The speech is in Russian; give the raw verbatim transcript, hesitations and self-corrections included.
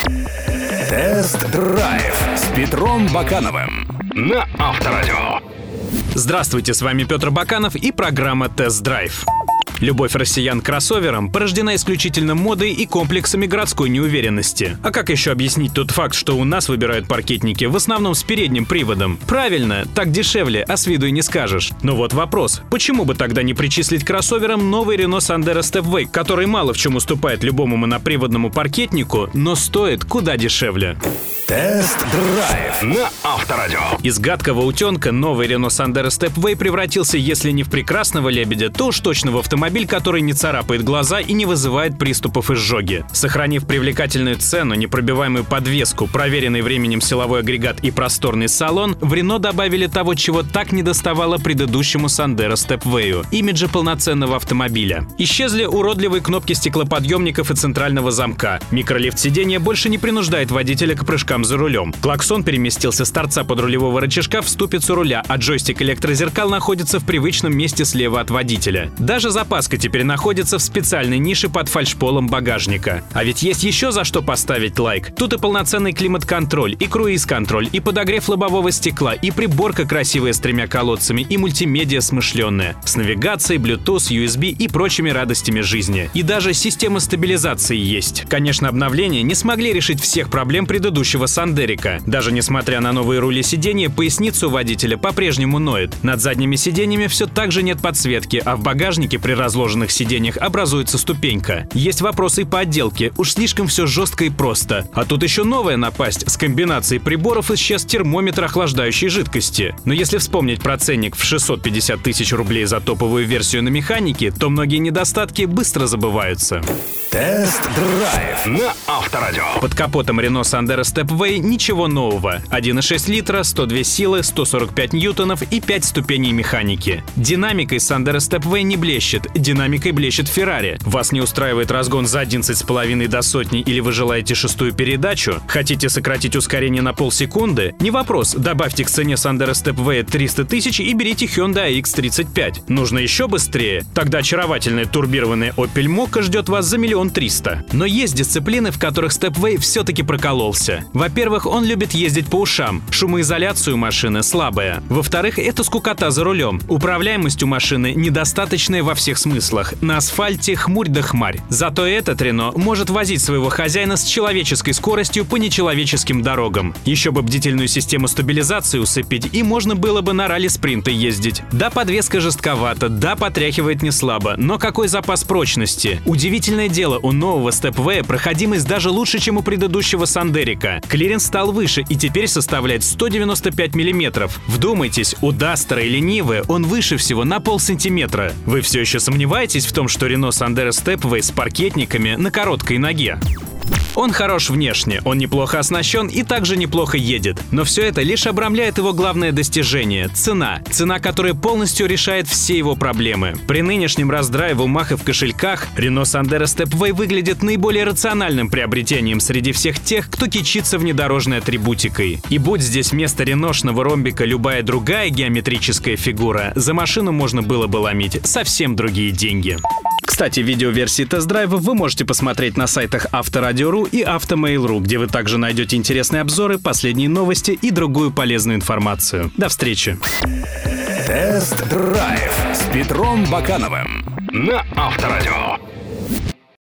Тест-драйв с Петром Бакановым на Авторадио. Здравствуйте, с вами Петр Баканов и программа «Тест-драйв». Любовь россиян к кроссоверам порождена исключительно модой и комплексами городской неуверенности. А как еще объяснить тот факт, что у нас выбирают паркетники в основном с передним приводом? Правильно, так дешевле, а с виду и не скажешь. Но вот вопрос, почему бы тогда не причислить к кроссоверам новый Renault Sandero Stepway, который мало в чем уступает любому моноприводному паркетнику, но стоит куда дешевле? Тест-драйв на Авторадио. Из гадкого утенка новый Renault Sandero Stepway превратился, если не в прекрасного лебедя, то уж точно в автомобиль, который не царапает глаза и не вызывает приступов изжоги. Сохранив привлекательную цену, непробиваемую подвеску, проверенный временем силовой агрегат и просторный салон, в Renault добавили того, чего так недоставало предыдущему Sandero Stepway – имиджа полноценного автомобиля. Исчезли уродливые кнопки стеклоподъемников и центрального замка. Микролифт сиденья больше не принуждает водителя к прыжкам за рулем. Клаксон переместился с торца подрулевого рычажка в ступицу руля, а джойстик электрозеркал находится в привычном месте слева от водителя. Даже запаска теперь находится в специальной нише под фальшполом багажника. А ведь есть еще за что поставить лайк. Тут и полноценный климат-контроль, и круиз-контроль, и подогрев лобового стекла, и приборка красивая с тремя колодцами, и мультимедиа смышленная. С навигацией, Bluetooth, ю эс би и прочими радостями жизни. И даже система стабилизации есть. Конечно, обновления не смогли решить всех проблем предыдущего Сандерика. Даже несмотря на новые рули сиденья, поясницу у водителя по-прежнему ноет. Над задними сиденьями все так же нет подсветки, а в багажнике при разложенных сиденьях образуется ступенька. Есть вопросы и по отделке, уж слишком все жестко и просто. А тут еще новая напасть. С комбинацией приборов исчез термометр охлаждающей жидкости. Но если вспомнить про ценник в шестьсот пятьдесят тысяч рублей за топовую версию на механике, то многие недостатки быстро забываются. Тест-драйв на Авторадио. Под капотом Renault Sandero Stepway ничего нового. один и шесть литра, сто две силы, сто сорок пять ньютонов и пять ступеней механики. Динамикой Sandero Stepway не блещет, динамикой блещет Ferrari. Вас не устраивает разгон за одиннадцать с половиной до сотни или вы желаете шестую передачу? Хотите сократить ускорение на полсекунды? Не вопрос, добавьте к цене Sandero Stepway триста тысяч и берите Hyundai ай икс тридцать пять. Нужно еще быстрее? Тогда очаровательная турбированная Opel Mokka ждет вас за миллион триста. Но есть дисциплины, в которых Stepway все-таки прокололся. Во-первых, он любит ездить по ушам. Шумоизоляция у машины слабая. Во-вторых, это скукота за рулем. Управляемость у машины недостаточная во всех смыслах. На асфальте хмурь да хмарь. Зато этот Рено может возить своего хозяина с человеческой скоростью по нечеловеческим дорогам. Еще бы бдительную систему стабилизации усыпить, и можно было бы на ралли-спринты ездить. Да, подвеска жестковата, да, потряхивает не слабо, но какой запас прочности? Удивительное дело, у нового Stepway проходимость даже лучше, чем у предыдущего Сандерика. Клиренс стал выше и теперь составляет сто девяносто пять миллиметров. Вдумайтесь, у Дастера и Ленивы он выше всего на полсантиметра. Вы все еще сомневаетесь в том, что Renault Sandero Stepway с паркетниками на короткой ноге? Он хорош внешне, он неплохо оснащен и также неплохо едет. Но все это лишь обрамляет его главное достижение – цена. Цена, которая полностью решает все его проблемы. При нынешнем раздрае в умах и в кошельках Renault Sandero Stepway выглядит наиболее рациональным приобретением среди всех тех, кто кичится внедорожной атрибутикой. И будь здесь вместо реношного ромбика любая другая геометрическая фигура, за машину можно было бы ломить совсем другие деньги. Кстати, видеоверсии тест-драйва вы можете посмотреть на сайтах Авторадио точка ру и Автомейл точка ру, где вы также найдете интересные обзоры, последние новости и другую полезную информацию. До встречи! Тест-драйв с Петром Бакановым на Авторадио.